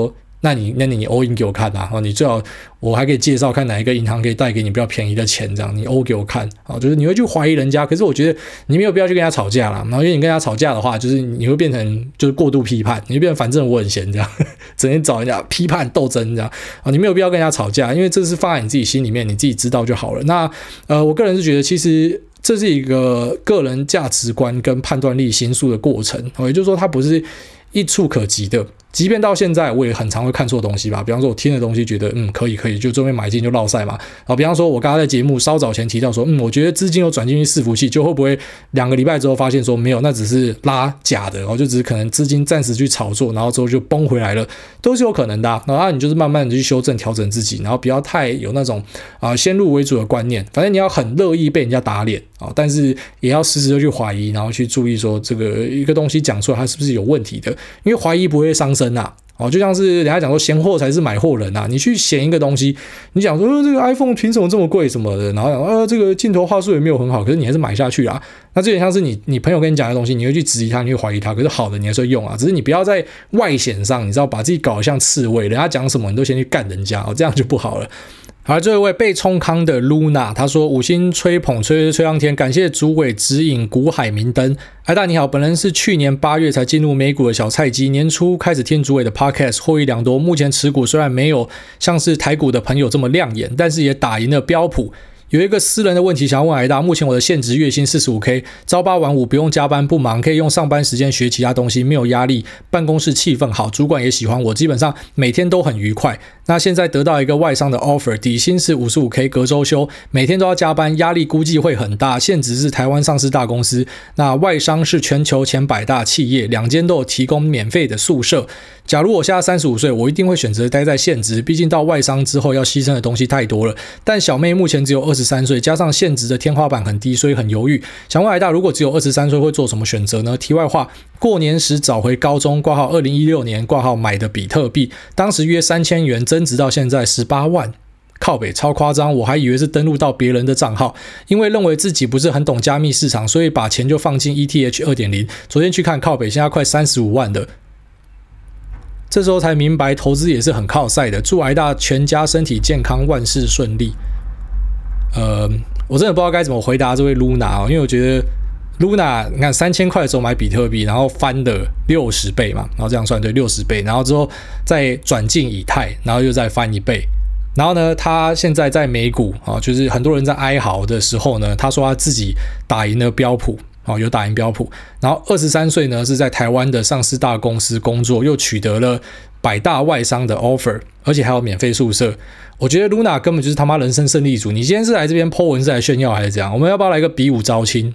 那你 all in 给我看啊，你最好我还可以介绍看哪一个银行可以贷给你比较便宜的钱，这样你 all 给我看啊，就是你会去怀疑人家，可是我觉得你没有必要去跟人家吵架啦，然后因为你跟人家吵架的话，就是你会变成就是过度批判，你会变成反正我很闲这样，整天找人家批判斗争这样啊，你没有必要跟人家吵架，因为这是放在你自己心里面，你自己知道就好了。那我个人是觉得其实这是一个个人价值观跟判断力形塑的过程，也就是说它不是一触可及的。即便到现在我也很常会看错东西吧，比方说我听的东西觉得可以就这边买进就落赛嘛，比方说我刚刚在节目稍早前提到说我觉得资金有转进去伺服器，就会不会2个礼拜之后发现说没有，那只是拉假的，就只是可能资金暂时去炒作，然后之后就崩回来了，都是有可能的然后你就是慢慢的去修正调整自己，然后不要太有那种先入为主的观念，反正你要很乐意被人家打脸但是也要时时的去怀疑，然后去注意说这个一个东西讲出来它是不是有问题的，因为怀疑不会伤身就像是人家讲说闲货才是买货人你去嫌一个东西，你讲说这个 iPhone 凭什么这么贵什么的，然后讲这个镜头画素也没有很好，可是你还是买下去那这点像是你朋友跟你讲的东西，你会去质疑他，你会怀疑他，可是好的你还是会用只是你不要在外显上你知道把自己搞得像刺猬，人家讲什么你都先去干人家这样就不好了。好，最后一位被冲康的 Luna， 他说5星吹捧吹上天，感谢主委指引股海明灯。艾大你好，本人是去年8月才进入美股的小菜鸡，年初开始听主委的 podcast， 获益良多。目前持股虽然没有像是台股的朋友这么亮眼，但是也打赢了标普。有一个私人的问题想要问艾大，目前我的现职月薪 45K， 朝8晚5，不用加班不忙，可以用上班时间学其他东西，没有压力，办公室气氛好，主管也喜欢我，基本上每天都很愉快。那现在得到一个外商的 offer， 底薪是 55K， 隔周休，每天都要加班，压力估计会很大。现职是台湾上市大公司，那外商是全球前100大企业，2间都有提供免费的宿舍。假如我现在35岁，我一定会选择待在现职，毕竟到外商之后要牺牲的东西太多了。但小妹目前只有23岁，加上现职的天花板很低，所以很犹豫。想问艾大，如果只有23岁会做什么选择呢？题外话，过年时找回高中挂号2016年挂号买的比特币，当时约3000元，增值到现在18万。靠北超夸张，我还以为是登录到别人的账号，因为认为自己不是很懂加密市场，所以把钱就放进 ETH 2.0。昨天去看靠北，现在快35万的。这时候才明白投资也是很靠赛的，祝艾大全家身体健康，万事顺利。我真的不知道该怎么回答这位 Luna 因为我觉得 Luna 你看3000块的时候买比特币，然后翻的60倍嘛，然后这样算对60倍，然后之后再转进以太，然后又再翻1倍。然后呢，他现在在美股就是很多人在哀嚎的时候呢，他说他自己打赢了标普有打赢标普，然后23岁呢是在台湾的上市大公司工作，又取得了100大外商的 offer， 而且还有免费宿舍。我觉得 Luna 根本就是他妈人生胜利组，你今天是来这边 po 文是来炫耀还是怎样？我们要不要来个比武招亲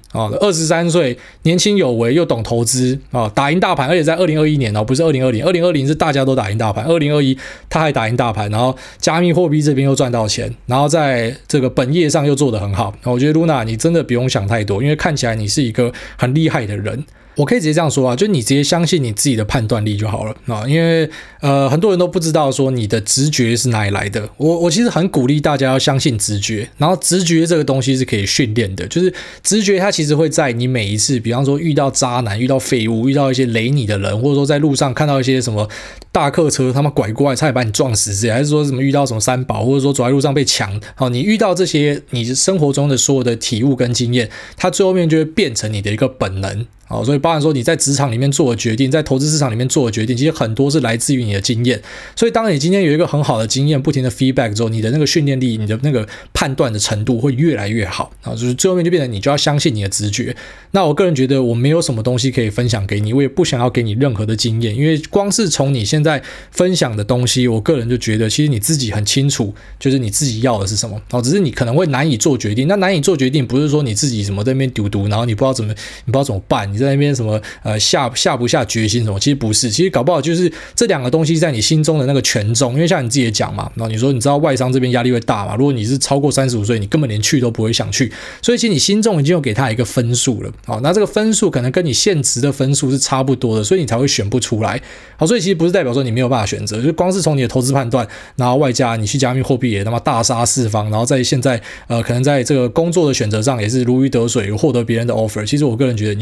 23岁年轻有为又懂投资打赢大盘，而且在2021年不是2020是大家都打赢大盘，2021他还打赢大盘，然后加密货币这边又赚到钱，然后在这个本业上又做得很好。我觉得 Luna 你真的不用想太多，因为看起来你是一个很厉害的人。我可以直接这样说就你直接相信你自己的判断力就好了因为很多人都不知道说你的直觉是哪里来的。我其实很鼓励大家要相信直觉，然后直觉这个东西是可以训练的，就是直觉它其实会在你每一次，比方说遇到渣男、遇到废物、遇到一些雷你的人，或者说在路上看到一些什么大客车他们拐过来差点把你撞死之类，还是说什么遇到什么三宝，或者说走在路上被抢你遇到这些你生活中的所有的体悟跟经验，它最后面就会变成你的一个本能所以包含说你在职场里面做的决定，在投资市场里面做的决定，其实很多是来自于你的经验。所以当你今天有一个很好的经验，不停的 feedback 之后，你的那个训练力，你的那个判断的程度会越来越好就是最后面就变成你就要相信你的直觉。那我个人觉得我没有什么东西可以分享给你，我也不想要给你任何的经验，因为光是从你现在分享的东西，我个人就觉得其实你自己很清楚，就是你自己要的是什么只是你可能会难以做决定。那难以做决定不是说你自己什么在那边丢丢，然后你不知道怎么办，你在那边什么下不下决心什么，其实不是，其实搞不好就是这两个东西在你心中的那个权重。因为像你自己也讲嘛，然后你说你知道外商这边压力会大嘛，如果你是超过35岁，你根本连去都不会想去，所以其实你心中已经有给他一个分数了那这个分数可能跟你现职的分数是差不多的，所以你才会选不出来所以其实不是代表说你没有办法选择，就光是从你的投资判断，然后外加你去加密货币也他妈大杀四方，然后在现在可能在这个工作的选择上也是如鱼得水，有获得别人的 offer。其实我个人觉得你就相信自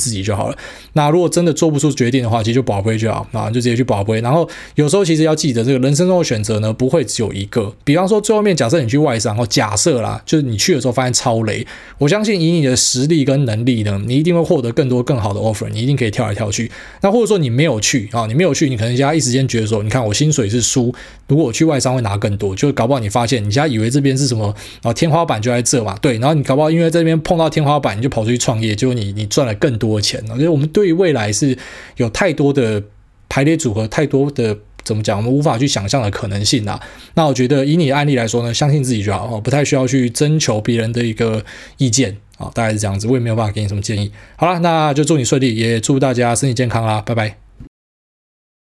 自己就好了。那如果真的做不出决定的话，其实就保杯就好啊，就直接去保杯。然后有时候其实要记得，这个人生中的选择呢，不会只有一个。比方说最后面假设你去外商，假设啦，就是你去的时候发现超雷，我相信以你的实力跟能力呢，你一定会获得更多更好的 offer， 你一定可以跳来跳去。那或者说你没有去啊，你没有去，你可能现在一时间觉得说，你看我薪水是输，如果我去外商会拿更多，就搞不好你发现你现在以为这边是什么天花板就在这嘛，对，然后你搞不好因为这边碰到天花板，你就跑出去创业，结果你赚了更多钱。所以我们对于未来是有太多的排列组合，太多的怎么讲，我们无法去想象的可能性啊。那我觉得以你的案例来说呢，相信自己就好，不太需要去征求别人的一个意见大概是这样子，我也没有办法给你什么建议。好啦，那就祝你顺利，也祝大家身体健康啦，拜拜。